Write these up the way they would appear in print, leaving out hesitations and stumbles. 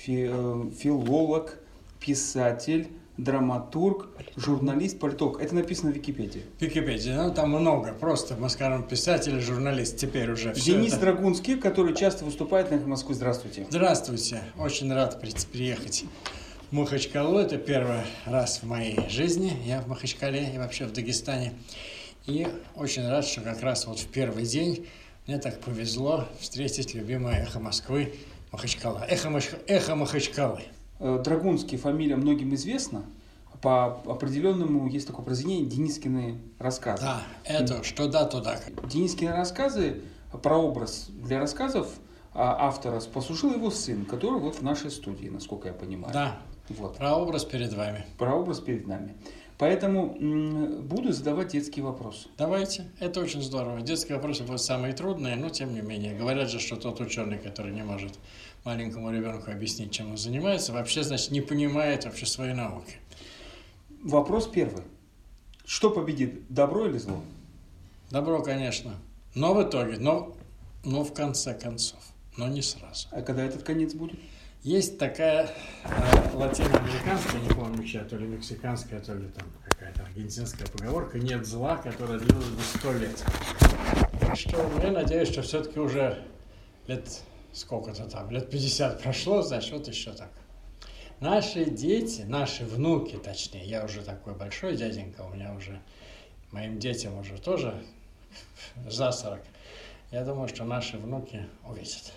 филолог, писатель, драматург, журналист, политолог. Это написано в Википедии. Википедия, ну там много. Просто, мы скажем, писатель, журналист. Теперь уже все Денис это... Драгунский, который часто выступает на «Эхо Москвы». Здравствуйте. Здравствуйте. Очень рад приехать в Махачкалу. Это первый раз в моей жизни. Я в Махачкале и вообще в Дагестане. И очень рад, что как раз вот в первый день мне так повезло встретить любимое «Эхо Москвы» Махачкала. Эхо Махачкалы. Драгунский, фамилия многим известна. По определенному есть такое произведение «Денискины рассказы». Да, это что да, туда. Денискины рассказы, прообраз для рассказов автора послужил его сын, который вот в нашей студии, насколько я понимаю. Да, вот. Прообраз перед вами. Прообраз перед нами. Поэтому буду задавать детские вопросы. Давайте, это очень здорово. Детские вопросы будут самые трудные, но тем не менее. Говорят же, что тот ученый, который не может маленькому ребенку объяснить, чем он занимается, вообще, значит, не понимает вообще своей науки. Вопрос первый. Что победит, добро или зло? Добро, конечно. Но в итоге, но в конце концов, но не сразу. А когда этот конец будет? Есть такая латиноамериканская, не помню чья, то ли мексиканская, то ли там какая-то аргентинская поговорка: нет зла, которое длилось бы 100 лет. Так что я надеюсь, что все-таки уже лет 50 прошло, значит, вот еще так. Наши дети, наши внуки, точнее, я уже такой большой дяденька, у меня уже, моим детям уже тоже за 40. Я думаю, что наши внуки увидят.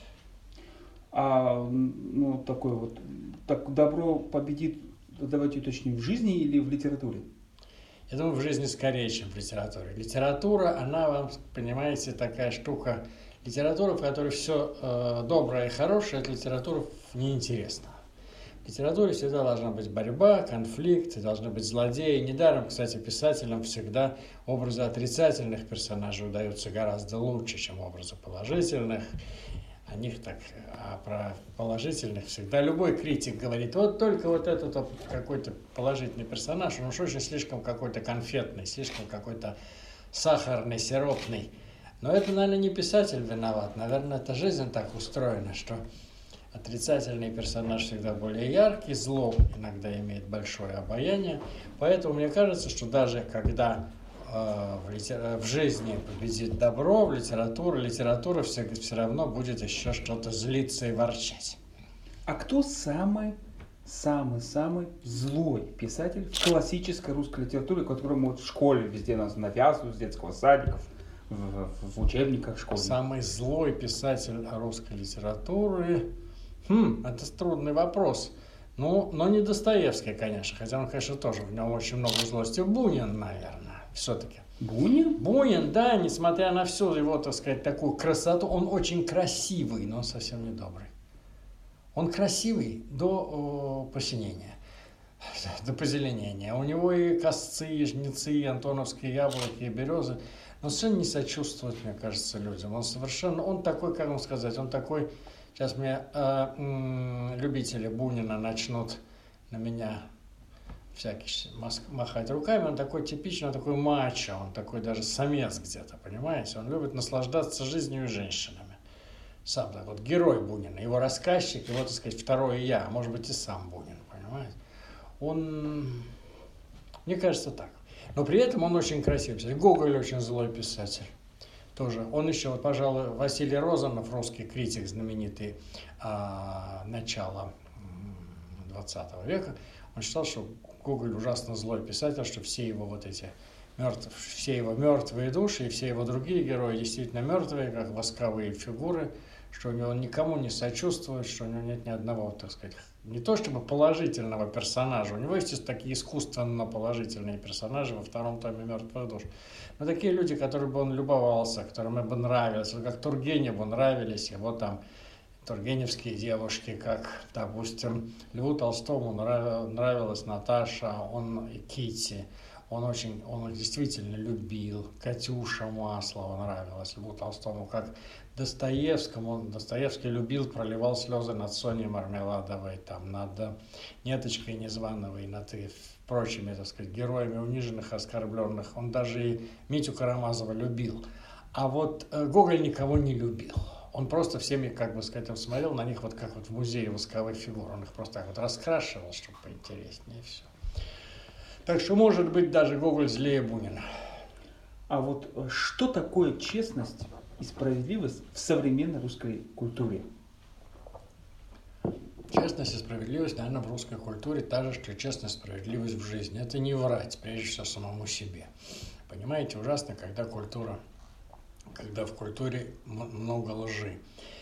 Такой вот, так добро победит, давайте уточним, в жизни или в литературе? Я думаю, в жизни скорее, чем в литературе. Литература, она, вам, понимаете, такая штука. Литература, в которой все доброе и хорошее, это литература неинтересна. В литературе всегда должна быть борьба, конфликт, должны быть злодеи. Недаром, кстати, писателям всегда образы отрицательных персонажей удаются гораздо лучше, чем образы положительных. А про положительных всегда любой критик говорит: вот только вот этот какой-то положительный персонаж, он уж очень слишком какой-то конфетный, слишком какой-то сахарный, сиропный. Но это, наверное, не писатель виноват. Наверное, это жизнь так устроена, что отрицательный персонаж всегда более яркий, зло иногда имеет большое обаяние. Поэтому мне кажется, что даже когда в жизни победит добро, в литература все равно будет еще что-то злиться и ворчать. А кто самый злой писатель в классической русской литературе, которому в школе везде нас навязывают, с детского садика, в учебниках школьных? Самый злой писатель русской литературы? Это трудный вопрос. Но не Достоевский, конечно, хотя он, конечно, тоже, в нем очень много злости. Бунин, наверное. Все-таки. Бунин? Бунин, да, несмотря на всю его, так сказать, такую красоту, он очень красивый, но он совсем не добрый. Он красивый до посинения, до позеленения. У него и косцы, и жнецы, и антоновские яблоки, и березы. Но совершенно не сочувствует, мне кажется, людям. Он такой, как вам сказать, он такой... Сейчас мне любители Бунина начнут на меня всякий махать руками. Он такой типичный, он такой мачо, он такой даже самец где-то, понимаете? Он любит наслаждаться жизнью и женщинами. Сам так вот герой Бунина, его рассказчик, его, так сказать, второе я, а может быть и сам Бунин, понимаете? Он, мне кажется, так. Но при этом он очень красивый писатель. Гоголь очень злой писатель. Тоже. Он еще, вот, пожалуй, Василий Розанов, русский критик знаменитый начала 20 века, он считал, что Гоголь ужасно злой писатель, что все его мертвые души и все его другие герои действительно мертвые, как восковые фигуры, что у него никому не сочувствует, что у него нет ни одного, так сказать, не то чтобы положительного персонажа. У него есть такие искусственно положительные персонажи во втором томе «Мертвых душ». Но такие люди, которым бы он любовался, которым бы нравились, как Тургеневу нравились его там тургеневские девушки, как, допустим, Льву Толстому нравилась Наташа, и Китти. Он действительно любил. Катюша Маслова нравилась Льву Толстому, как Достоевский любил, проливал слезы над Соней Мармеладовой, там, над Неточкой Незвановой, над прочими, так сказать, героями униженных, оскорбленных. Он даже и Митю Карамазова любил. А вот Гоголь никого не любил. Он просто всеми, как бы сказать, он смотрел на них вот как вот в музее восковых фигур. Он их просто так вот раскрашивал, чтобы поинтереснее, и все. Так что, может быть, даже Гоголь злее Бунина. А вот что такое честность и справедливость в современной русской культуре? Честность и справедливость, наверное, в русской культуре та же, что и честность и справедливость в жизни. Это не врать, прежде всего, самому себе. Понимаете, ужасно, когда в культуре много лжи.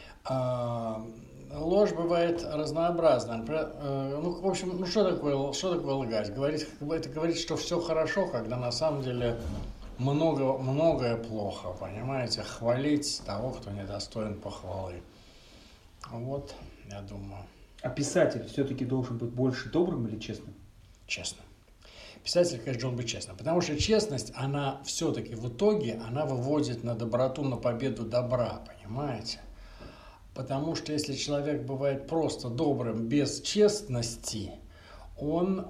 Ложь бывает разнообразна. В общем, что такое лгать? Это говорит, что все хорошо, когда на самом деле многое плохо, понимаете? Хвалить того, кто недостоин похвалы. Вот, я думаю. А писатель все-таки должен быть больше добрым или честным? Честным. Писатель, конечно, должен быть честным. Потому что честность, она все-таки в итоге, она выводит на доброту, на победу добра, понимаете? Потому что если человек бывает просто добрым без честности, он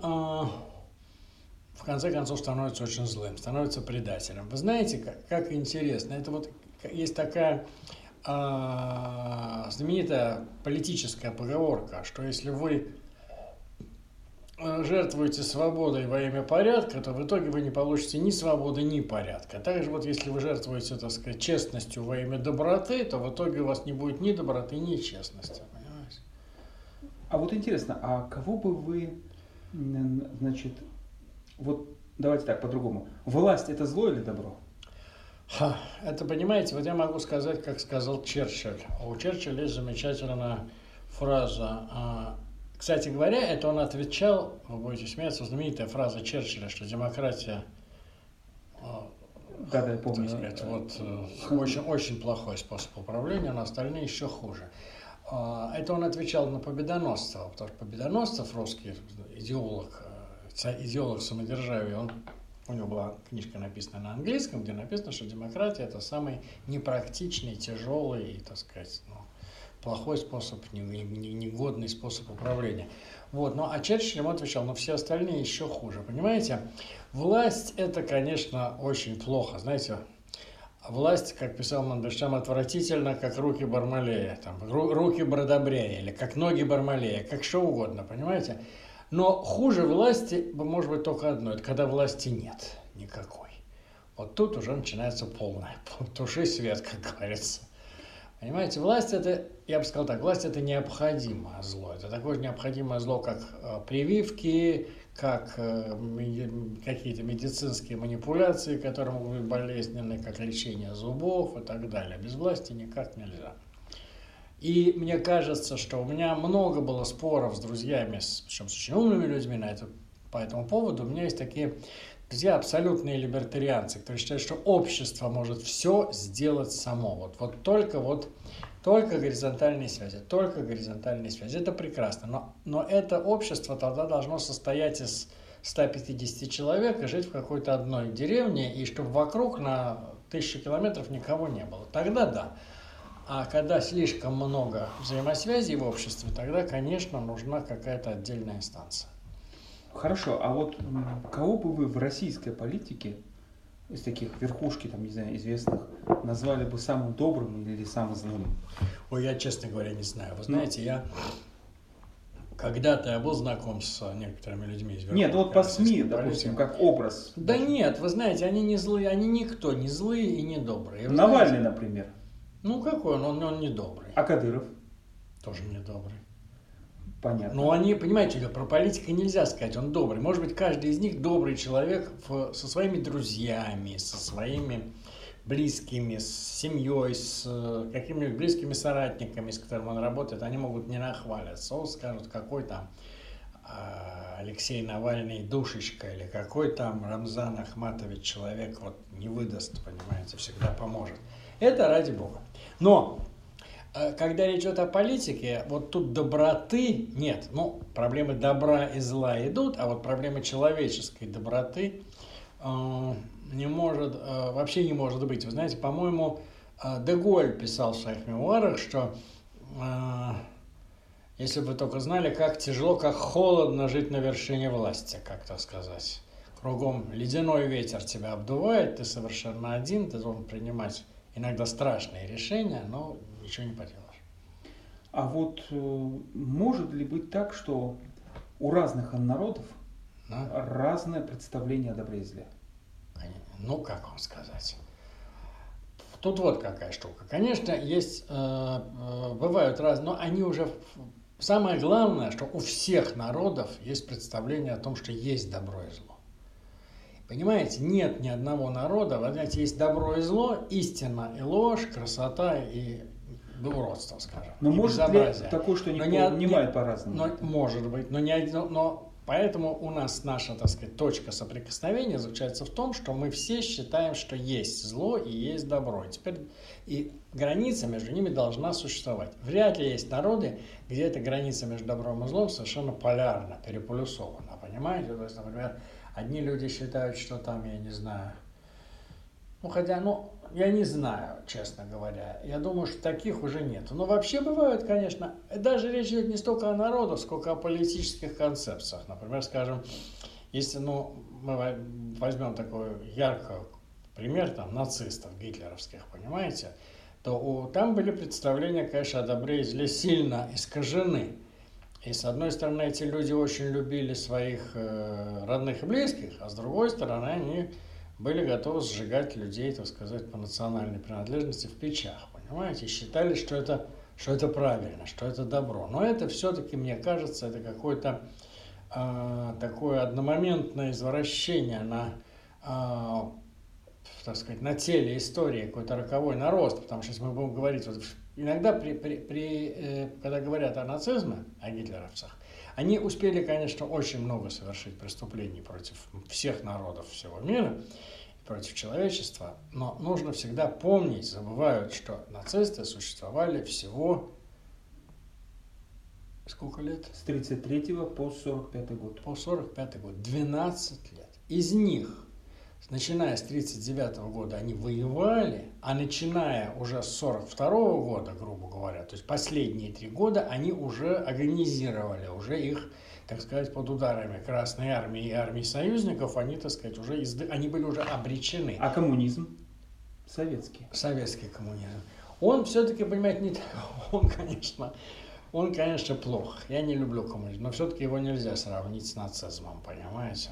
в конце концов становится очень злым, становится предателем. Вы знаете, как интересно, это вот есть такая знаменитая политическая поговорка, что если вы жертвуете свободой во имя порядка, то в итоге вы не получите ни свободы, ни порядка. Также вот если вы жертвуете, так сказать, честностью во имя доброты, то в итоге у вас не будет ни доброты, ни честности. Понимаете? А вот интересно, а кого бы вы, значит, вот давайте так, по-другому. Власть – это зло или добро? Это, понимаете, вот я могу сказать, как сказал Черчилль. У Черчилля есть замечательная фраза. Кстати говоря, это он отвечал, вы будете смеяться, знаменитая фраза Черчилля, что демократия, Да, я помню. Так сказать, очень плохой способ управления, но остальные еще хуже. Это он отвечал на Победоносцева, потому что Победоносцев, русский идеолог самодержавия, у него была книжка написана на английском, где написано, что демократия – это самый непрактичный, тяжелый и, так сказать, плохой способ, негодный способ управления. Вот. А Черчилль ему отвечал, все остальные еще хуже. Понимаете, власть – это, конечно, очень плохо. Знаете, власть, как писал Мандельштам, отвратительно, как руки Бармалея, руки Бродобрея, или как ноги Бармалея, как что угодно, понимаете? Но хуже власти может быть только одно – это когда власти нет никакой. Вот тут уже начинается полное. Туши свет, как говорится. Понимаете, власть это, я бы сказал так, власть это необходимое зло. Это такое же необходимое зло, как прививки, как какие-то медицинские манипуляции, которые могут быть болезненны, как лечение зубов и так далее. Без власти никак нельзя. И мне кажется, что у меня много было споров с друзьями, причем с очень умными людьми по этому поводу. У меня есть такие друзья, абсолютные либертарианцы, которые считают, что общество может все сделать само. Только горизонтальные связи, только горизонтальные связи. Это прекрасно. Но это общество тогда должно состоять из 150 человек и жить в какой-то одной деревне, и чтобы вокруг на 1000 километров никого не было. Тогда да. А когда слишком много взаимосвязей в обществе, тогда, конечно, нужна какая-то отдельная инстанция. Хорошо, а вот кого бы вы в российской политике, из таких верхушки, не знаю, известных, назвали бы самым добрым или самым злым? Ой, я, честно говоря, не знаю. Вы знаете, когда-то я был знаком с некоторыми людьми из верхушки. Нет, вот по СМИ, допустим, как образ. Да нет, вы знаете, они не злые, они никто, не злые и не добрые. Навальный, например. Какой он? Он не добрый. А Кадыров? Тоже не добрый. Понятно. Но они, понимаете, про политика нельзя сказать, он добрый. Может быть, каждый из них добрый человек со своими друзьями, со своими близкими, с семьей, с какими-нибудь близкими соратниками, с которыми он работает. Они могут не нахвалиться. Он скажет, какой там Алексей Навальный душечка, или какой там Рамзан Ахматович человек не выдаст, понимаете, всегда поможет. Это ради бога. Но когда речь идет о политике, тут доброты нет. Проблемы добра и зла идут, а проблемы человеческой доброты вообще не может быть. Вы знаете, по-моему, де Голль писал в своих мемуарах, что если бы вы только знали, как тяжело, как холодно жить на вершине власти, как так сказать. Кругом ледяной ветер тебя обдувает, ты совершенно один, ты должен принимать иногда страшные решения, но ничего не поделаешь. А вот может ли быть так, что у разных народов разное представление о добре и зле? Ну, как вам сказать? Тут вот какая штука. Конечно, есть, бывают разные, но они уже... Самое главное, что у всех народов есть представление о том, что есть добро и зло. Понимаете, нет ни одного народа, вот знаете, есть добро и зло, истина и ложь, красота и уродство, скажем. Но и может безобразие. ли такое, что они понимают по-разному? Может быть, но поэтому у нас наша, так сказать, точка соприкосновения заключается в том, что мы все считаем, что есть зло и есть добро. И теперь и граница между ними должна существовать. Вряд ли есть народы, где эта граница между добром и злом совершенно полярна, переполюсована. Понимаете? То есть, например, одни люди считают, что там, я не знаю, я не знаю, честно говоря. Я думаю, что таких уже нет. Но вообще бывают, конечно, даже речь идет не столько о народах, сколько о политических концепциях. Например, скажем, если мы возьмем такой яркий пример нацистов, гитлеровских, понимаете, то там были представления, конечно, о добре и зле сильно искажены. И с одной стороны, эти люди очень любили своих родных и близких, а с другой стороны, они были готовы сжигать людей, так сказать, по национальной принадлежности в печах, понимаете, и считали, что это правильно, что это добро. Но это все-таки, мне кажется, это какое-то такое одномоментное извращение так сказать, на теле истории какой-то роковой нарост, потому что если мы будем говорить, вот иногда, когда говорят о нацизме, о гитлеровцах, они успели, конечно, очень много совершить преступлений против всех народов всего мира, против человечества, но нужно всегда помнить, забывают, что нацисты существовали всего сколько лет? С 33 по 45 год. По 45 год. 12 лет. Из них, начиная с 1939 года, они воевали, а начиная уже с 1942 года, грубо говоря, то есть последние 3 года, они уже организировали, уже их, так сказать, под ударами Красной Армии и армии союзников, они, так сказать, они были уже обречены. А коммунизм? Советский. Советский коммунизм. Он все-таки, понимаете, он, конечно, плох. Я не люблю коммунизм, но все-таки его нельзя сравнить с нацизмом, понимаете?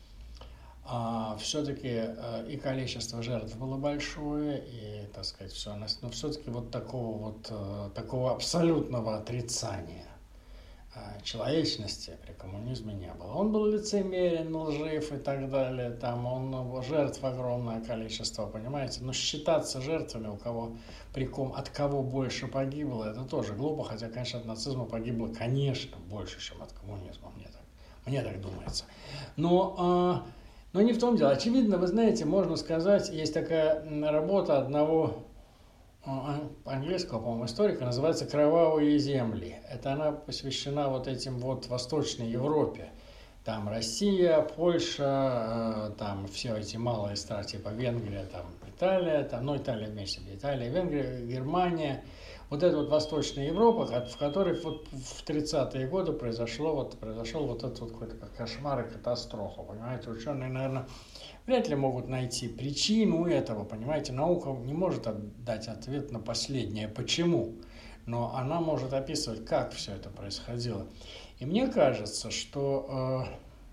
Все-таки и количество жертв было большое, и, так сказать, все. Но все-таки вот такого абсолютного отрицания человечности при коммунизме не было. Он был лицемерен, лжив и так далее. Там жертв огромное количество, понимаете. Но считаться жертвами, от кого больше погибло, это тоже глупо. Хотя, конечно, от нацизма погибло, конечно, больше, чем от коммунизма. Мне так думается. Но не в том дело. Очевидно, вы знаете, можно сказать, есть такая работа одного английского, по-моему, историка, называется «Кровавые земли». Это она посвящена вот этим вот Восточной Европе. Там Россия, Польша, там все эти малые страны, типа Венгрия, там Италия, Италия меньше, Италия, Венгрия, Германия. Вот эта вот Восточная Европа, в которой вот в 30-е годы произошел вот этот вот какой-то кошмар и катастрофа, понимаете. Ученые, наверное, вряд ли могут найти причину этого, понимаете. Наука не может дать ответ на последнее «почему», но она может описывать, как все это происходило. И мне кажется, что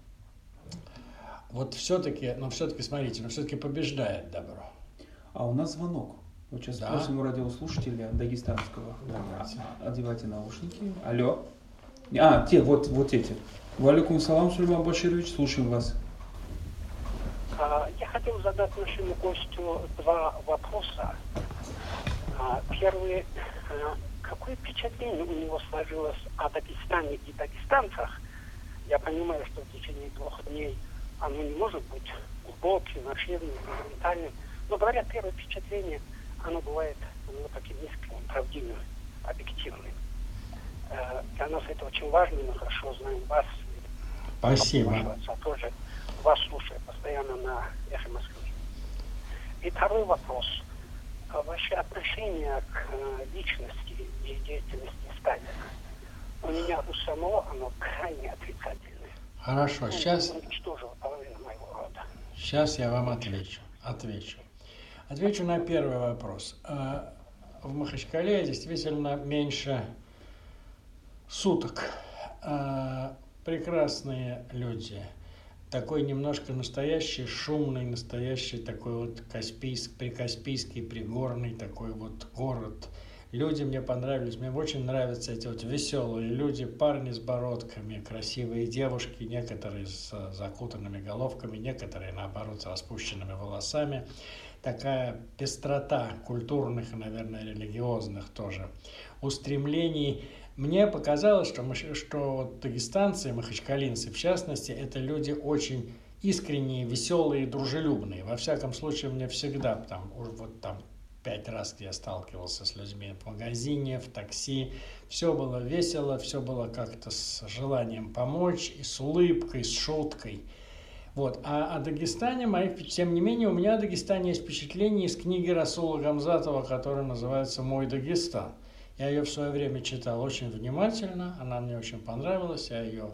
все-таки, смотрите, все-таки побеждает добро. А у нас звонок. Вот сейчас спросим у радиослушателя дагестанского. Давайте. Одевайте наушники. Алло. Вот эти. Валикум салам, Сулейман Баширович, слушаем вас. Я хотел задать нашему гостю 2 вопроса. Первый, какое впечатление у него сложилось о Дагестане и дагестанцах? Я понимаю, что в течение 2 дней оно не может быть глубоким, обширным, фундаментальным. Но, говорят, первое впечатление, оно бывает таким искренним, правдивым, объективным. Для нас это очень важно, мы хорошо знаем вас. Спасибо. Отца тоже вас слушаю постоянно на Эхо Москвы. И второй вопрос. Ваше отношение к личности и деятельности Сталина. У меня у самого оно крайне отрицательное. Хорошо, сейчас... Он уничтожил половину моего рода. Сейчас я вам отвечу. Отвечу на первый вопрос. в Махачкале действительно меньше суток. Прекрасные люди. Такой немножко настоящий, шумный, настоящий такой вот прикаспийский, пригорный такой вот город. Люди мне понравились, мне очень нравятся эти вот веселые люди, парни с бородками, красивые девушки, некоторые с закутанными головками, некоторые, наоборот, с распущенными волосами. Такая пестрота культурных и, наверное, религиозных тоже устремлений. Мне показалось, что вот дагестанцы, махачкалинцы в частности, это люди очень искренние, веселые, дружелюбные. Во всяком случае, мне всегда там 5 раз, где я сталкивался с людьми в магазине, в такси, все было весело, все было как-то с желанием помочь, и с улыбкой, с шуткой. Вот. А о Дагестане, тем не менее, у меня о Дагестане есть впечатление из книги Расула Гамзатова, которая называется «Мой Дагестан». Я ее в свое время читал очень внимательно, она мне очень понравилась, я ее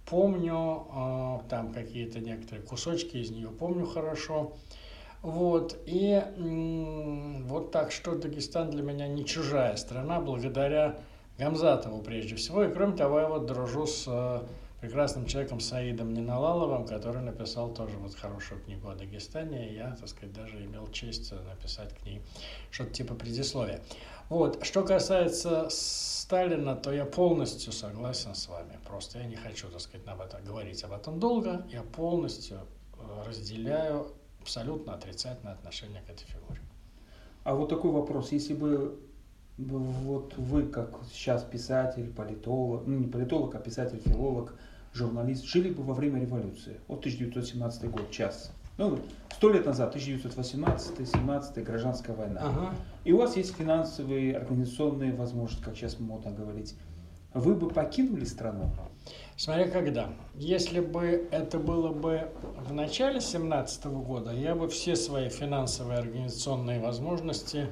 помню, там какие-то некоторые кусочки из нее помню хорошо. Вот, и вот так что Дагестан для меня не чужая страна, благодаря Гамзатову прежде всего. И кроме того, я вот дружу с прекрасным человеком Саидом Ниналаловым, который написал тоже вот хорошую книгу о Дагестане, и я, так сказать, даже имел честь написать к ней что-то типа предисловия. Вот, что касается Сталина, то я полностью согласен с вами, просто я не хочу, так сказать, говорить об этом долго, я полностью разделяю абсолютно отрицательное отношение к этой фигуре. А вот такой вопрос, если бы вот вы, как сейчас писатель, политолог, ну не политолог, а писатель, филолог, журналист, жили бы во время революции, вот 1917 год, час, 100 лет назад, 1918-17, гражданская война, и у вас есть финансовые, организационные возможности, как сейчас модно говорить, вы бы покинули страну? Смотря когда. Если бы это было бы в начале 17 года, я бы все свои финансовые организационные возможности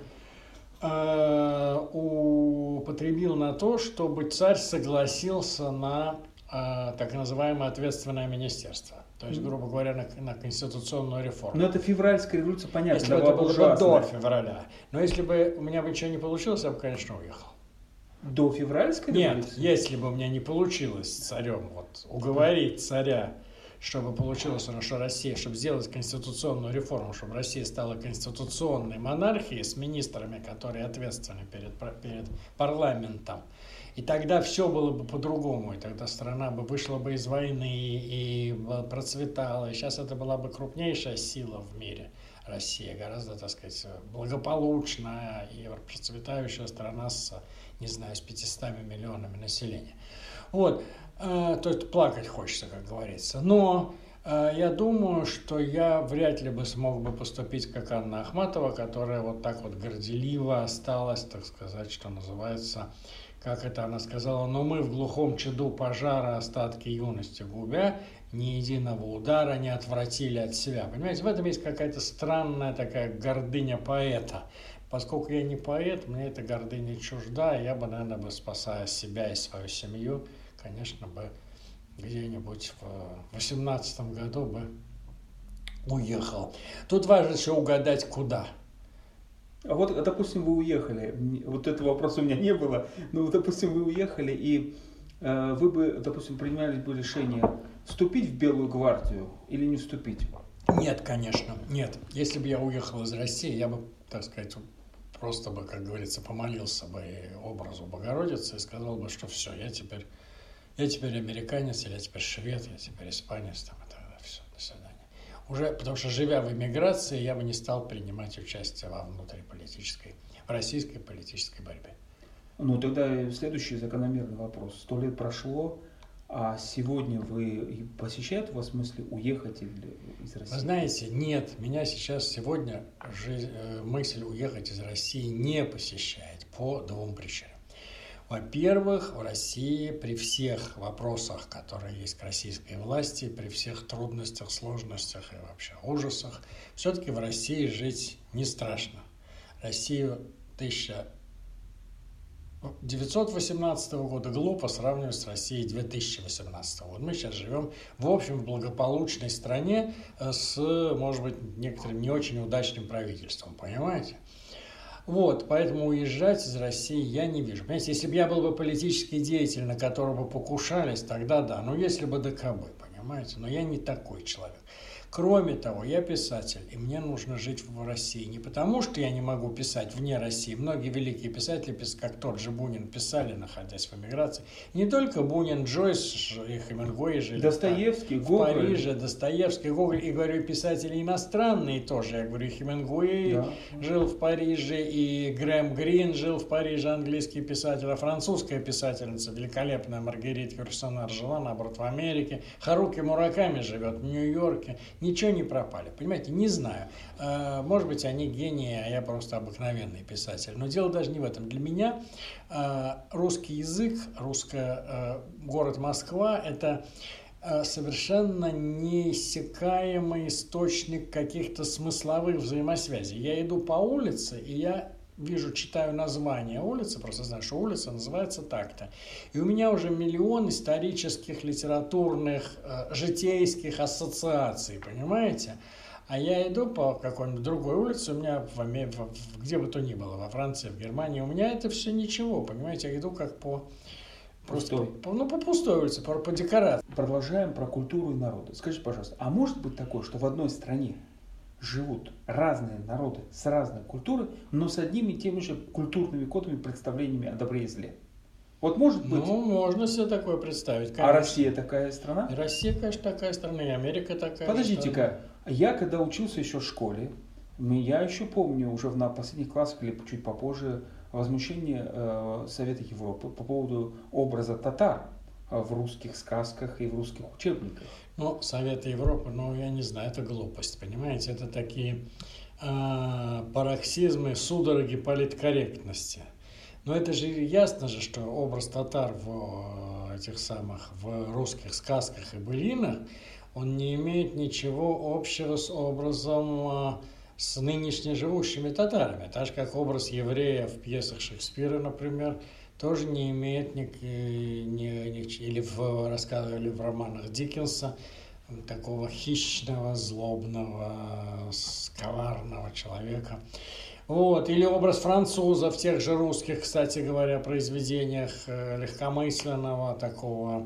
употребил на то, чтобы царь согласился на так называемое ответственное министерство. То есть, грубо говоря, на конституционную реформу. Но это февральская революция, понятно. Если бы это было бы до февраля. Но если бы у меня бы ничего не получилось, я бы, конечно, уехал. До февральской революции? Нет, если бы у меня не получилось с царем уговорить царя, чтобы получилось, что Россия, чтобы сделать конституционную реформу, чтобы Россия стала конституционной монархией с министрами, которые ответственны перед парламентом. И тогда все было бы по-другому, и тогда страна бы вышла бы из войны и процветала. И сейчас это была бы крупнейшая сила в мире. Россия гораздо, так сказать, благополучная и процветающая страна с, не знаю, с 500 миллионами населения. Вот, то есть плакать хочется, как говорится. Но я думаю, что я вряд ли бы смог бы поступить, как Анна Ахматова, которая вот так вот горделиво осталась, так сказать, что называется, как это она сказала, но мы в глухом чаду пожара остатки юности губя, ни единого удара не отвратили от себя. Понимаете, в этом есть какая-то странная такая гордыня поэта. Поскольку я не поэт, мне эта гордыня чужда, я бы, наверное, спасая себя и свою семью, конечно, бы где-нибудь в 18 году бы уехал. Тут важно еще угадать, куда. А вот, допустим, вы уехали, вот этого вопроса у меня не было, но, допустим, вы уехали, и вы бы, допустим, принимали бы решение вступить в Белую гвардию или не вступить? Нет, конечно, нет. Если бы я уехал из России, я бы, так сказать, просто бы, как говорится, помолился бы образу Богородицы и сказал бы, что все, я теперь американец, или я теперь швед, я теперь испанец, там, и так далее, все, до свидания. Уже, потому что, живя в эмиграции, я бы не стал принимать участие во внутриполитической, в российской политической борьбе. Ну, тогда следующий закономерный вопрос. 100 лет прошло, а сегодня вы посещают у вас мысли уехать из России? Вы знаете, нет, меня сейчас сегодня мысль уехать из России не посещает по двум причинам. Во-первых, в России при всех вопросах, которые есть к российской власти, при всех трудностях, сложностях и вообще ужасах, все-таки в России жить не страшно. Россию 1918 года глупо сравнивать с Россией 2018 года. Мы сейчас живем, в общем, в благополучной стране с, может быть, некоторым не очень удачным правительством, понимаете? Вот, поэтому уезжать из России я не вижу. Понимаете, если бы я был бы политический деятель, на которого бы покушались, тогда да. Но если бы ДКБ, понимаете, но я не такой человек. Кроме того, я писатель, и мне нужно жить в России. Не потому, что я не могу писать вне России. Многие великие писатели, как тот же Бунин, писали, находясь в эмиграции. И не только Бунин, Джойс и Хемингуэй жили Достоевский, в Гоголь. Париже, Достоевский, Гоголь. И говорю, писатели иностранные тоже. Я говорю, Хемингуэй жил в Париже, и Грэм Грин жил в Париже, английский писатель, а французская писательница, великолепная Маргарита Юрсонар, жила, наоборот, в Америке. Харуки Мураками живет в Нью-Йорке. Ничего не пропали, понимаете, не знаю. Может быть, они гении, а я просто обыкновенный писатель. Но дело даже не в этом. Для меня русский язык, город Москва – это совершенно неиссякаемый источник каких-то смысловых взаимосвязей. Я иду по улице, и я вижу, читаю название улицы, просто знаю, что улица называется так-то. И у меня уже миллион исторических, литературных, житейских ассоциаций, понимаете? А я иду по какой-нибудь другой улице, у меня где бы то ни было, во Франции, в Германии, у меня это все ничего, понимаете? Я иду как по пустой улице, по декорации. Продолжаем про культуру и народы. Скажите, пожалуйста, а может быть такое, что в одной стране живут разные народы с разной культурой, но с одними и теми же культурными кодами, представлениями о добре и зле? Вот может быть. Ну, можно себе такое представить, конечно. А Россия такая страна? И Россия, конечно, такая страна, и Америка такая. Подождите-ка, я когда учился еще в школе, я еще помню уже на последних классах или чуть попозже возмущение Совета Европы по поводу образа татар в русских сказках и в русских учебниках. Ну, Совета Европы, я не знаю, это глупость, понимаете, это такие пароксизмы, судороги политкорректности. Но это же ясно же, что образ татар в русских сказках и былинах, он не имеет ничего общего с образом с нынешне живущими татарами. Так же, как образ еврея в пьесах Шекспира, например, тоже не имеет или в романах Диккенса такого хищного, злобного, коварного человека. Вот. Или образ француза в тех же русских, кстати говоря, произведениях легкомысленного, такого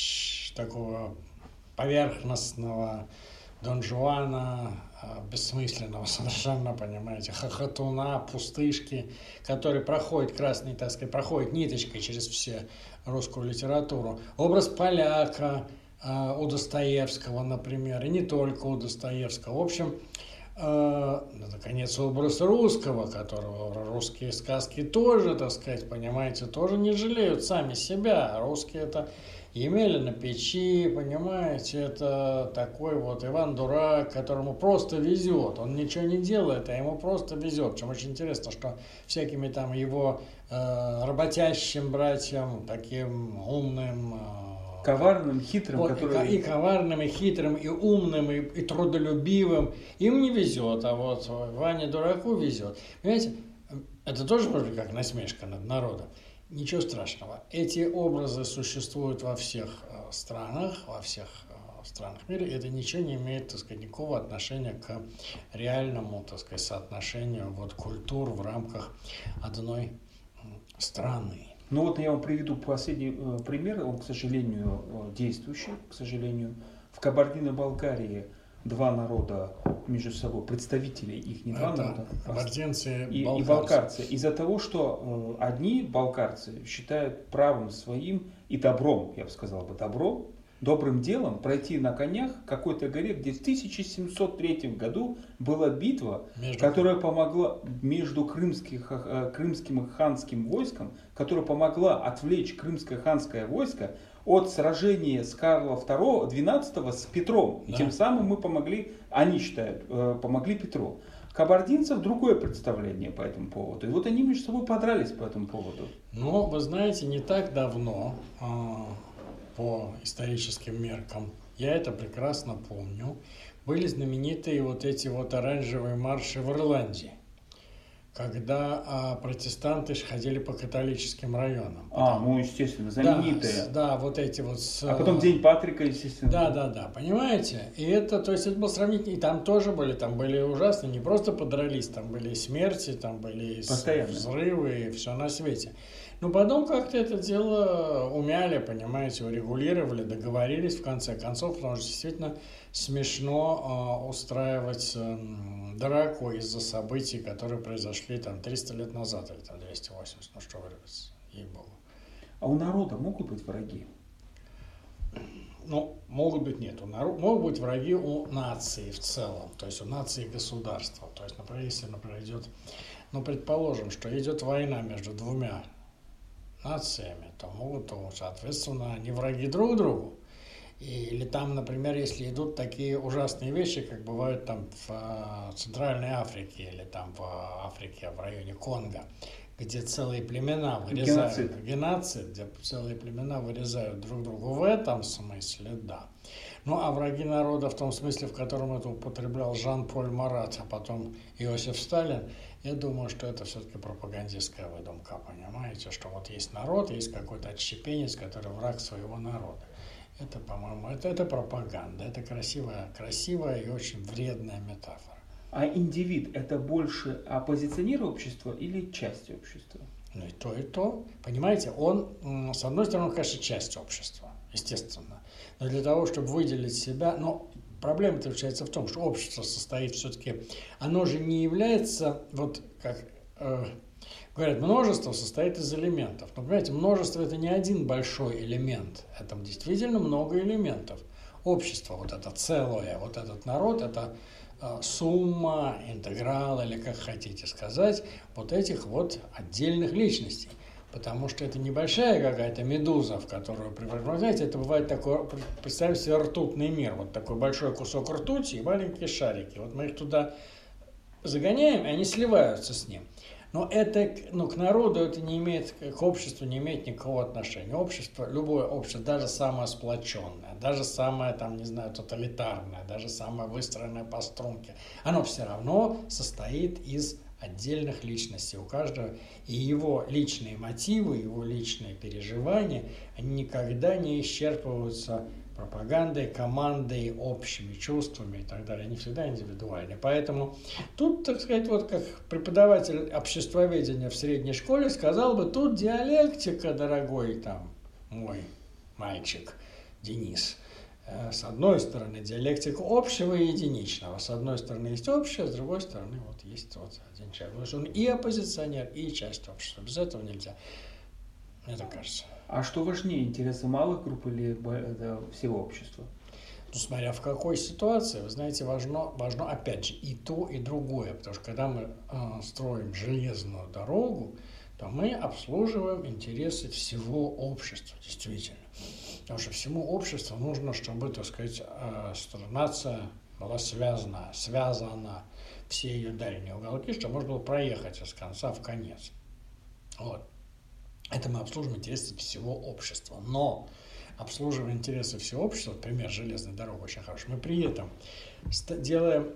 поверхностного Дон Жуана, бессмысленного совершенно, понимаете, хохотуна, пустышки, который проходит проходит ниточкой через все русскую литературу. Образ поляка у Достоевского, например, и не только у Достоевского. В общем, наконец, образ русского, которого русские сказки тоже, понимаете, тоже не жалеют сами себя. Русские это Емеля на печи, понимаете, это такой вот Иван Дурак, которому просто везет. Он ничего не делает, а ему просто везет. Причем очень интересно, что всякими там его работящим братьям, таким умным, коварным, хитрым, и коварным, и хитрым, и умным, и трудолюбивым. Им не везет, а вот Ване Дураку везет. Понимаете, это тоже вроде как насмешка над народом. Ничего страшного. Эти образы существуют во всех странах мира, и это ничего не имеет, никакого отношения к реальному, соотношению культур в рамках одной страны. Ну вот я вам приведу последний пример, он, к сожалению, действующий, В Кабардино-Балкарии два народа между собой, представители их, не два народа, кабардинцы и балкарцы. Из-за того, что одни балкарцы считают правым своим и добром, я бы сказал, добрым делом пройти на конях к какой-то горе, где в 1703 году была битва, которая помогла между крымским и ханским войском, которая помогла отвлечь крымское ханское войско от сражения с Карла II, XII с Петром. И тем самым они считают, помогли Петру. Кабардинцев другое представление по этому поводу. И вот они между собой подрались по этому поводу. Ну, вы знаете, не так давно, по историческим меркам, я это прекрасно помню, были знаменитые эти оранжевые марши в Ирландии, когда протестанты ходили по католическим районам. Ну, естественно, знаменитые. Да, вот эти вот... А потом День Патрика, естественно. Да, понимаете? И это, то есть это был сравнительно... И там тоже были ужасные, не просто подрались, там были смерти, там были взрывы и все на свете. Но потом как-то это дело умяли, понимаете, урегулировали, договорились в конце концов, потому что действительно смешно устраивать драку из-за событий, которые произошли там 300 лет назад или там 280, ну что вырваться, ей-богу. А у народа могут быть враги? Ну, могут быть нет. Могут быть враги у нации в целом, то есть у нации и государства. То есть, например, если, идет, предположим, что идет война между двумя нациями, то могут, соответственно, они враги друг другу. Или там, например, если идут такие ужасные вещи, как бывают там в Центральной Африке или там в Африке, в районе Конго, где целые племена вырезают... Геноцид, где целые племена вырезают друг другу. В этом смысле, да. Ну, а враги народа в том смысле, в котором это употреблял Жан-Поль Марат, а потом Иосиф Сталин, я думаю, что это все-таки пропагандистская выдумка, понимаете, что вот есть народ, есть какой-то отщепенец, который враг своего народа. Это, по-моему, это пропаганда, это красивая и очень вредная метафора. А индивид – это больше оппозиционер общества или часть общества? Ну и то, и то. Понимаете, он, с одной стороны, конечно, часть общества, естественно. Но для того, чтобы выделить себя, проблема заключается в том, что общество состоит все-таки, оно же не является, вот как говорят, множество состоит из элементов. Но, понимаете, множество – это не один большой элемент, это действительно много элементов. Общество, вот это целое, вот этот народ – это сумма, интеграл, или как хотите сказать, вот этих вот отдельных личностей. Потому что это небольшая какая-то медуза, в которую превращаете. Это бывает такой, представьте себе, ртутный мир. Вот такой большой кусок ртути и маленькие шарики. Вот мы их туда загоняем, и они сливаются с ним. Но это, к народу это не имеет, к обществу не имеет никакого отношения. Общество, любое общество, даже самое сплоченное, даже самое, тоталитарное, даже самое выстроенное по струнке, оно все равно состоит из отдельных личностей у каждого. И его личные мотивы, его личные переживания, они никогда не исчерпываются пропагандой, командой, общими чувствами и так далее. Они всегда индивидуальны. Поэтому тут, так сказать, вот как преподаватель обществоведения в средней школе сказал бы, тут диалектика, дорогой мой мальчик Денис. С одной стороны, диалектика общего и единичного. С одной стороны, есть общее, с другой стороны, есть один человек. Потому что он и оппозиционер, и часть общества. Без этого нельзя. Мне так кажется. А что важнее, интересы малых групп или всего общества? Смотря в какой ситуации, вы знаете, важно опять же и то, и другое. Потому что когда мы строим железную дорогу, то мы обслуживаем интересы всего общества, действительно. Потому что всему обществу нужно, чтобы, так сказать, нация была связана, все ее дальние уголки, чтобы можно было проехать из конца в конец. Вот. Это мы обслуживаем интересы всего общества. Но обслуживая интересы всего общества, пример железной дороги очень хороший, мы при этом делаем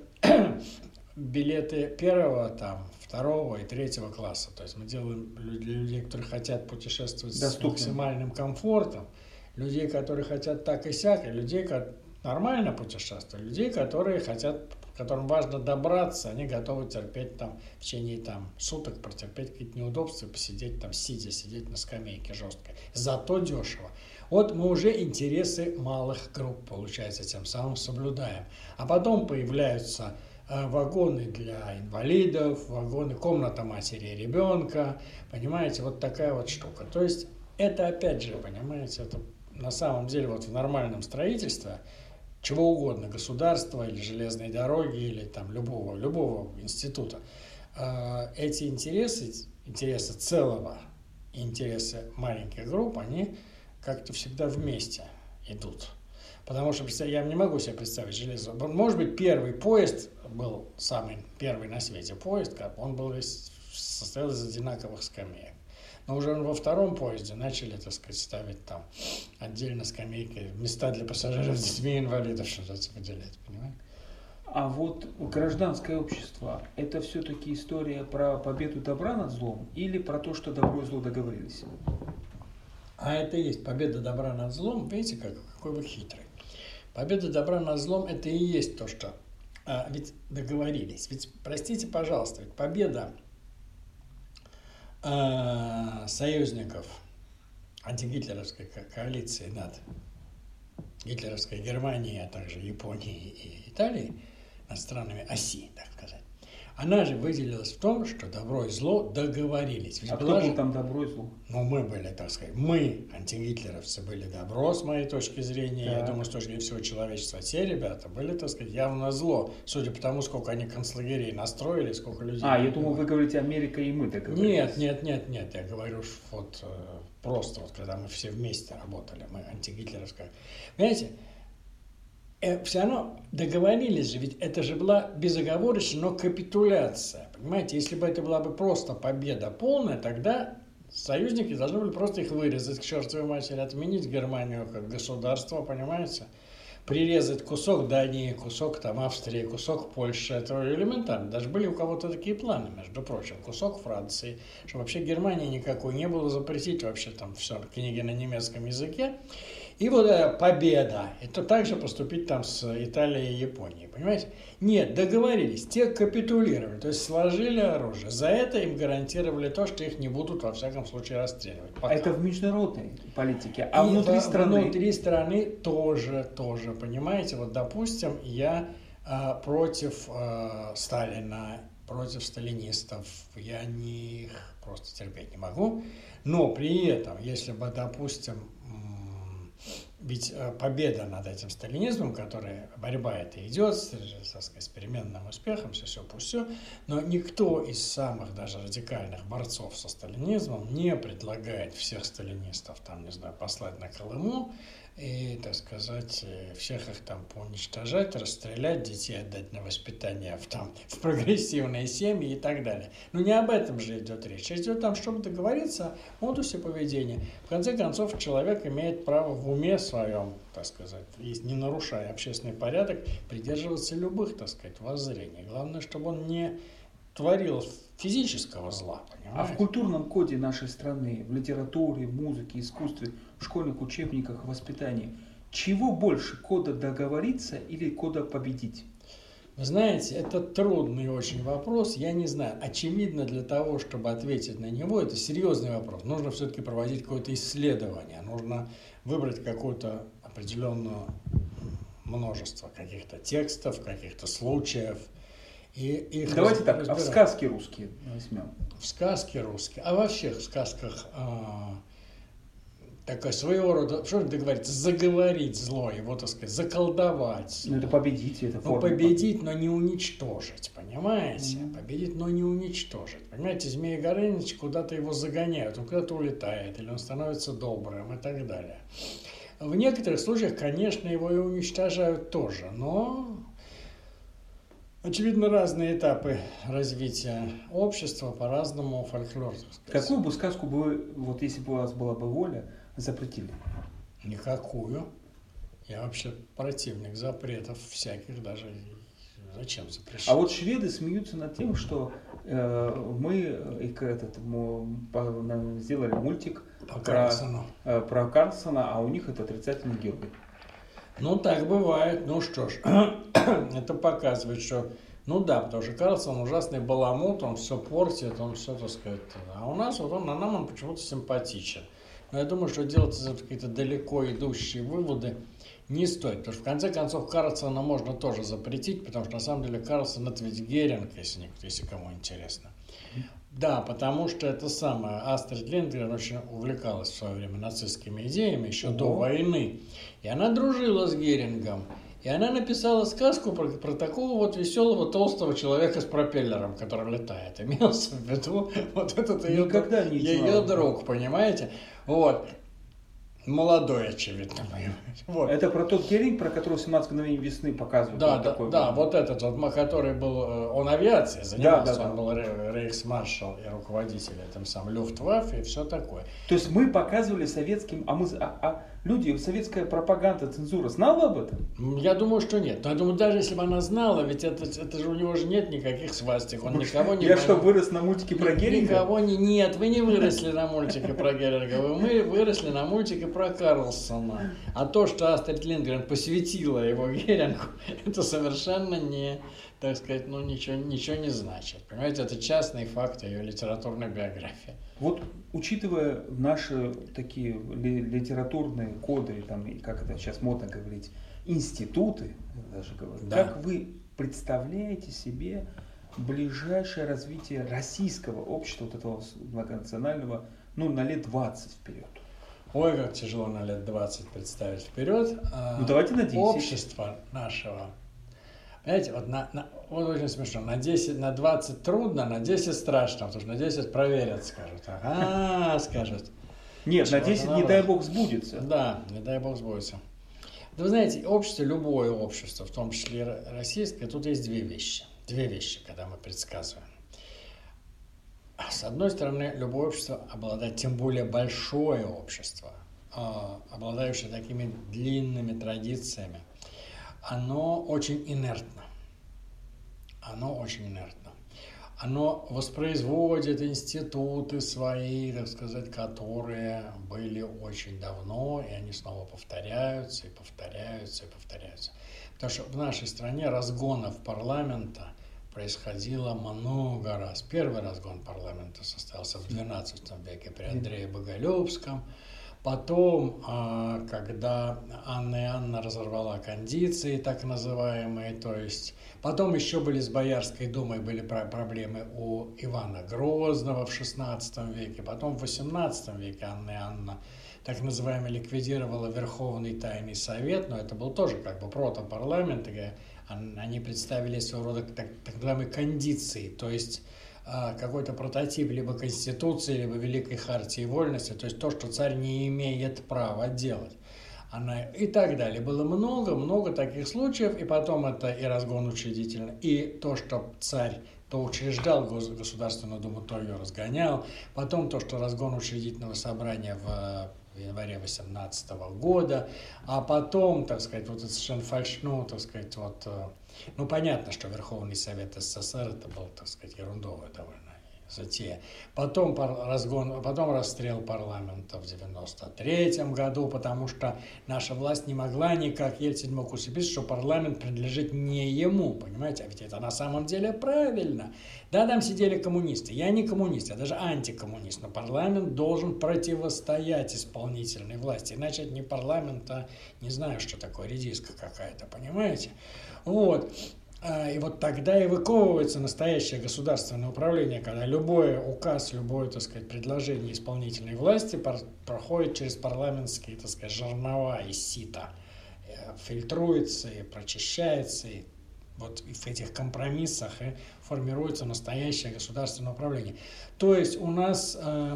билеты первого, второго и третьего класса. То есть мы делаем для людей, которые хотят путешествовать с максимальным комфортом, людей, которые хотят так и сяк, и людей, которые нормально путешествуют, людей, которым важно добраться, они готовы терпеть в течение суток, протерпеть какие-то неудобства, посидеть сидеть на скамейке жесткой. Зато дешево. Вот мы уже интересы малых групп, получается, тем самым соблюдаем. А потом появляются вагоны для инвалидов, вагоны, комната матери и ребенка, понимаете, вот такая вот штука. То есть это опять же, понимаете, это на самом деле в нормальном строительстве чего угодно, государства или железной дороги, или любого института, эти интересы целого и интересы маленьких групп, они как-то всегда вместе идут. Потому что я не могу себе представить железную. Может быть, первый поезд был самый первый на свете поезд, он состоял из одинаковых скамеек. Но уже во втором поезде начали, так сказать, ставить отдельно скамейки, места для пассажиров с детьми и инвалидов, что-то выделять, понимаете? А вот гражданское общество, это все-таки история про победу добра над злом или про то, что добро и зло договорились? А это и есть победа добра над злом. Видите, какой вы хитрый. Победа добра над злом – это и есть то, что ведь договорились. Ведь, простите, пожалуйста, ведь победа союзников антигитлеровской коалиции над гитлеровской Германией, а также Японией и Италией, над странами оси, так сказать, она же выделилась в том, что добро и зло договорились. Ведь кто был там добро и зло? Ну, мы были, так сказать, мы, антигитлеровцы, были добро, с моей точки зрения, я думаю, с точки зрения всего человечества. А те ребята были, так сказать, явно зло, судя по тому, сколько они концлагерей настроили, сколько людей... Я думал, вы говорите, Америка и мы договорились. Нет, я говорю вот просто, вот, когда мы все вместе работали, мы антигитлеровская... Понимаете, все равно договорились же, ведь это же была безоговорочная, но капитуляция. Понимаете, если бы это была бы просто победа полная, тогда союзники должны были просто их вырезать к чертовой матери, отменить Германию как государство, понимаете? Прирезать кусок Дании, кусок там Австрии, кусок Польши. Это элементарно. Даже были у кого-то такие планы, между прочим. Кусок Франции, чтобы вообще Германии никакой не было, запретить вообще там все книги на немецком языке. И вот эта победа, это также поступить там с Италией и Японией, понимаете? Нет, договорились, те капитулировали, то есть сложили оружие. За это им гарантировали то, что их не будут, во всяком случае, расстреливать. Пока. Это в международной политике, а внутри страны? Внутри страны тоже, понимаете? Вот, допустим, я против Сталина, против сталинистов, я их просто терпеть не могу, но при этом, если бы, допустим, ведь победа над этим сталинизмом, борьба эта идет, так сказать, с переменным успехом, все, но никто из самых даже радикальных борцов со сталинизмом не предлагает всех сталинистов, там, не знаю, послать на Колыму и, так сказать, всех их там поуничтожать, расстрелять, детей отдать на воспитание в прогрессивные семьи и так далее. Но не об этом же идет речь. Речь идет там, чтобы договориться о модусе поведения. В конце концов, человек имеет право в уме своем, так сказать, не нарушая общественный порядок, придерживаться любых, так сказать, воззрений. Главное, чтобы он не творил физического зла, понимаете? А в культурном коде нашей страны, в литературе, музыке, искусстве, в школьных учебниках, воспитании, чего больше, кода договориться или кода победить? Вы знаете, это трудный очень вопрос, я не знаю. Очевидно, для того, чтобы ответить на него, это серьезный вопрос. Нужно все-таки проводить какое-то исследование, нужно выбрать какое-то определенное множество каких-то текстов, каких-то случаев. Давайте так, а в сказки русские возьмем? В сказки русские, а во всех сказках такое своего рода, что договориться, заговорить зло, его, так сказать, заколдовать. Ну, это победить, это форма. Победить, но не уничтожить, понимаете? Победить, но не уничтожить. Понимаете, Змей Горыныч, куда-то его загоняют, он куда-то улетает, или он становится добрым и так далее. В некоторых случаях, конечно, его и уничтожают тоже, но... Очевидно, разные этапы развития общества, по-разному фольклор. Какую бы сказку бы, вот если бы у вас была бы воля, запретили? Никакую. Я вообще противник запретов всяких, даже зачем запрещать? А вот шведы смеются над тем, что мы сделали мультик про Карлсона, а у них это отрицательный герой. Ну, так бывает. Ну что ж, это показывает, что, ну да, потому что Карлсон ужасный баламут, он все портит, он все, так сказать. А у нас, вот нам он почему-то симпатичен. Но я думаю, что делать из этого какие-то далеко идущие выводы не стоит. Потому что, в конце концов, Карлсона можно тоже запретить, потому что, на самом деле, Карлсон — это ведь Геринг, если кому интересно. Да, потому что это самое. Астрид Линдгрен очень увлекалась в свое время нацистскими идеями еще до войны. И она дружила с Герингом. И она написала сказку про такого вот веселого толстого человека с пропеллером, который летает. Имелся в виду вот этот ее друг, понимаете? Вот. Молодой, очевидно. Вот. Это про тот Геринг, про которого 17 мгновений весны показывают. Да, вот этот, который был, он авиацией занимался, он был рейхсмаршал и руководитель этим самым Люфтваффе и все такое. То есть мы показывали советским, люди, советская пропаганда, цензура знала об этом? Я думаю, что нет. Но я думаю, даже если бы она знала, ведь это же у него же нет никаких свастик. Он никого не... Я что, вырос на мультике про Геринга? Никого не... Нет, вы не выросли на мультике про Геринга. Мы выросли на мультике про Карлсона. А то, что Астрид Линдгрен посвятила его Герингу, это совершенно не, так сказать, ну ничего не значит. Понимаете, это частный факт ее литературной биографии. Вот, учитывая наши такие литературные коды, там, и как это сейчас модно говорить, институты, даже говорю, Да. как вы представляете себе ближайшее развитие российского общества, вот этого многонационального, ну, на лет 20 вперед? Ой, как тяжело на лет 20 представить вперед. Ну, давайте на 10. Общество нашего. Понимаете, вот очень смешно. На 10, на 20 трудно, на 10 страшно, потому что на 10 проверят, скажут. Ага, скажут. Нет, на Чего-то 10, не надо. дай бог, сбудется. Да, не дай бог сбудется. Да вы знаете, общество, любое общество, в том числе и российское, тут есть две вещи, когда мы предсказываем. С одной стороны, любое общество обладает, тем более большое общество, обладающее такими длинными традициями, оно очень инертно. Оно воспроизводит институты свои, так сказать, которые были очень давно, и они снова повторяются. Потому что в нашей стране разгонов парламента происходило много раз. Первый разгон парламента состоялся в XII веке при Андрее Боголюбском. Потом, когда Анна Иоанновна разорвала кондиции, так называемые, то есть... Потом еще были с Боярской думой были проблемы у Ивана Грозного в XVI веке. Потом в XVIII веке Анна Иоанновна, так называемая, ликвидировала Верховный Тайный Совет, но это был тоже как бы протопарламент. Они представили своего рода так называемые кондиции, то есть... какой-то прототип либо Конституции, либо Великой Хартии Вольности, то есть то, что царь не имеет права делать. И так далее. Было много таких случаев, и потом это и разгон учредительный, и то, что царь то учреждал Государственную Думу, то ее разгонял, потом то, что разгон учредительного собрания в январе 18 года, а потом, так сказать, вот это совершенно так сказать, вот, ну, понятно, что Верховный Совет СССР это был, так сказать, ерундовая довольно затея. Потом расстрел парламента в 93 году, потому что наша власть не могла никак, Ельцин мог усыпить, что парламент принадлежит не ему, понимаете, а ведь это на самом деле правильно. Да, там сидели коммунисты, я не коммунист, я даже антикоммунист, но парламент должен противостоять исполнительной власти, иначе это не парламент, а не знаю, что такое, редиска какая-то, понимаете? Вот. И вот тогда и выковывается настоящее государственное управление, когда любой указ, любое, так сказать, предложение исполнительной власти проходит через парламентские, так сказать, жернова и сито, фильтруется и прочищается, и вот в этих компромиссах и формируется настоящее государственное управление. То есть у нас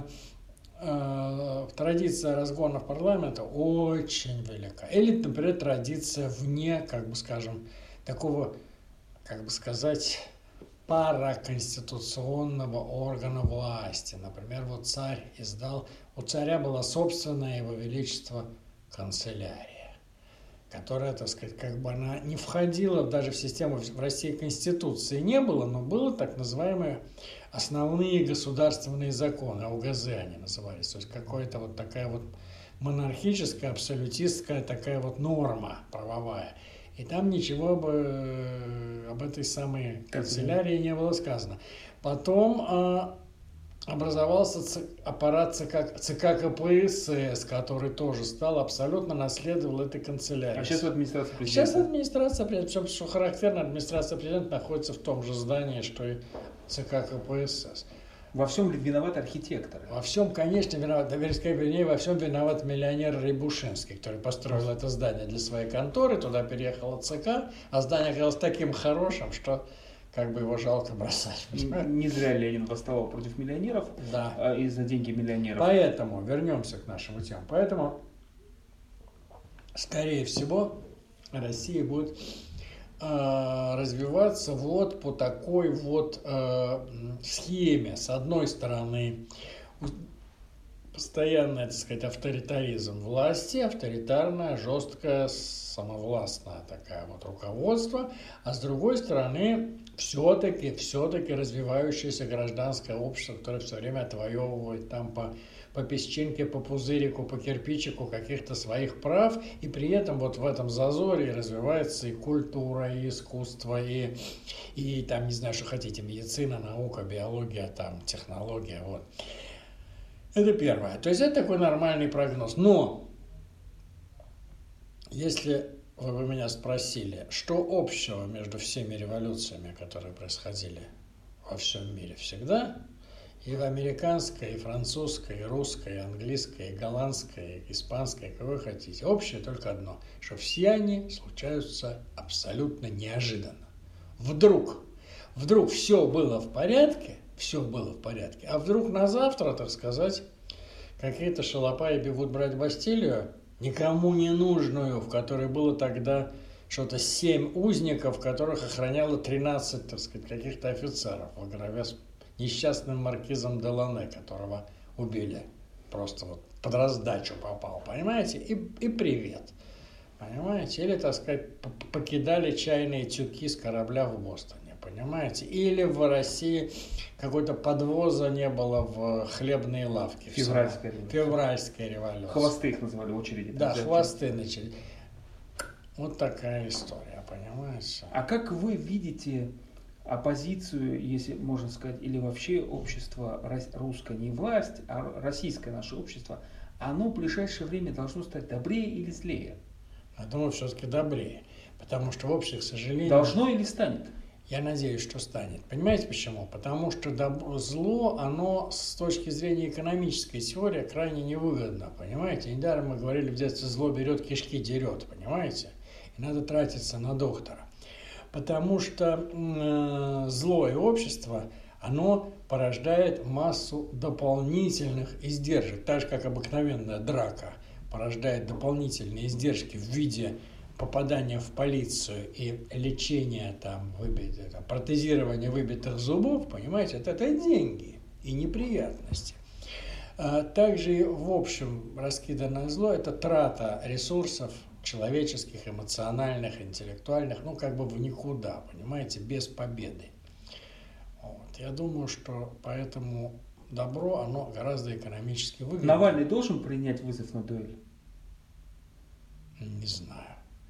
традиция разгонов парламента очень велика. Или, например, традиция вне, как бы скажем, такого, как бы сказать, параконституционного органа власти. Например, вот царь у царя была собственная его величество канцелярия, которая, так сказать, как бы она не входила даже в систему, в России Конституции не было, но было так называемые основные государственные законы, АУГЗ они назывались, то есть какая-то вот такая вот монархическая, абсолютистская такая вот норма правовая. И там ничего об этой самой канцелярии не было сказано. Потом образовался аппарат ЦК КПСС, который тоже абсолютно наследовал этой канцелярии. А сейчас администрация президента? Сейчас администрация президента, причем, что характерно, администрация президента находится в том же здании, что и ЦК КПСС. Во всем виноват архитектор. Во всем, конечно, виноват, вернее, во всем виноват миллионер Рябушинский, который построил это здание для своей конторы, туда переехала ЦК, а здание оказалось таким хорошим, что как бы его жалко бросать. Не зря Ленин восставал против миллионеров, да. И за деньги миллионеров. Поэтому, вернемся к нашему темам, поэтому, скорее всего, Россия будет развиваться вот по такой вот схеме. С одной стороны, постоянный, так сказать, авторитаризм власти, авторитарное, жесткое, самовластное такое вот руководство, а с другой стороны все-таки развивающееся гражданское общество, которое все время отвоевывает там по песчинке, по пузырику, по кирпичику каких-то своих прав, и при этом вот в этом зазоре развивается и культура, и искусство, и там, не знаю, что хотите, медицина, наука, биология, там, технология, вот. Это первое. То есть это такой нормальный прогноз. Но если вы меня спросили, что общего между всеми революциями, которые происходили во всем мире всегда, и в американской, и французской, и русской, и английской, и голландской, и испанской, как вы хотите, общее только одно, что все они случаются абсолютно неожиданно. Вдруг все было в порядке, а вдруг на завтра, так сказать, какие-то шалопаи бегут брать Бастилию, никому не нужную, в которой было тогда что-то 7 узников, которых охраняло 13, так сказать, каких-то офицеров во главе с несчастным маркизом Делане, которого убили. Просто вот под раздачу попал, понимаете? И привет. Понимаете? Или, так сказать, покидали чайные тюки с корабля в Бостоне, понимаете? Или в России какой-то подвоза не было в хлебные лавки. Февральская революция. Хвосты их называли, очереди. Да, хвосты начали. Вот такая история, понимаете? А как вы видите оппозицию, если можно сказать, или вообще общество русское, не власть, а российское наше общество, оно в ближайшее время должно стать добрее или злее? Я думаю, все-таки добрее. Потому что общее, к сожалению... Должно или станет? Я надеюсь, что станет. Понимаете почему? Потому что зло, оно с точки зрения экономической теории крайне невыгодно. Понимаете? Недаром мы говорили в детстве, зло берет, кишки дерет. Понимаете? И надо тратиться на доктора. Потому что злое общество, оно порождает массу дополнительных издержек. Так же, как обыкновенная драка порождает дополнительные издержки в виде попадания в полицию и лечения, протезирования выбитых зубов, понимаете, это деньги и неприятности. Также, в общем, раскиданное зло – это трата ресурсов, человеческих, эмоциональных, интеллектуальных, в никуда, понимаете, без победы. Вот. Я думаю, что поэтому добро, оно гораздо экономически выгоднее. Навальный должен принять вызов на дуэль? Не знаю.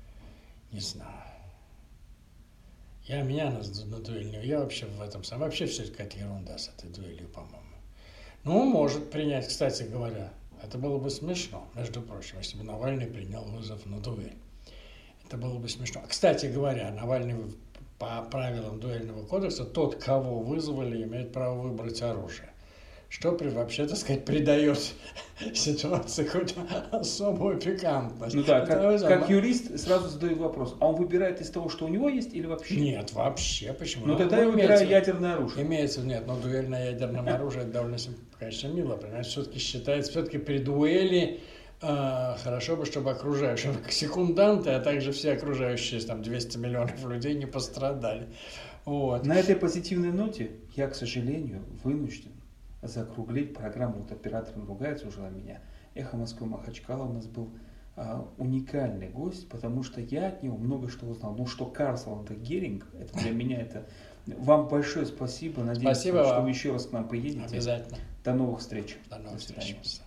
Меня на дуэль не... Я вообще в этом самом... Вообще все это какая-то ерунда с этой дуэлью, по-моему. Ну, он может принять, кстати говоря. Это было бы смешно, между прочим, если бы Навальный принял вызов на дуэль. Это было бы смешно. Кстати говоря, Навальный по правилам дуэльного кодекса, тот, кого вызвали, имеет право выбрать оружие. Что вообще, так сказать, придает ситуации хоть особую пикантность. Ну да, как юрист сразу задаю вопрос. А он выбирает из того, что у него есть, или вообще? Нет, вообще. Почему? Ну тогда я выбираю ядерное оружие. Но дуэль на ядерном оружии это довольно, конечно, мило. Понимаете, все-таки считается, при дуэли хорошо бы, чтобы окружающие, секунданты, а также все окружающие, 200 миллионов людей не пострадали. Вот. На этой позитивной ноте я, к сожалению, вынужден закруглить программу. Вот оператор ругается уже на меня. «Эхо Москвы» Махачкала у нас был уникальный гость, потому что я от него много что узнал. Ну, что Карл Геринг, это для меня это... Вам большое спасибо. Надеюсь, что вы еще раз к нам приедете. Обязательно. До новых встреч. До новых встреч.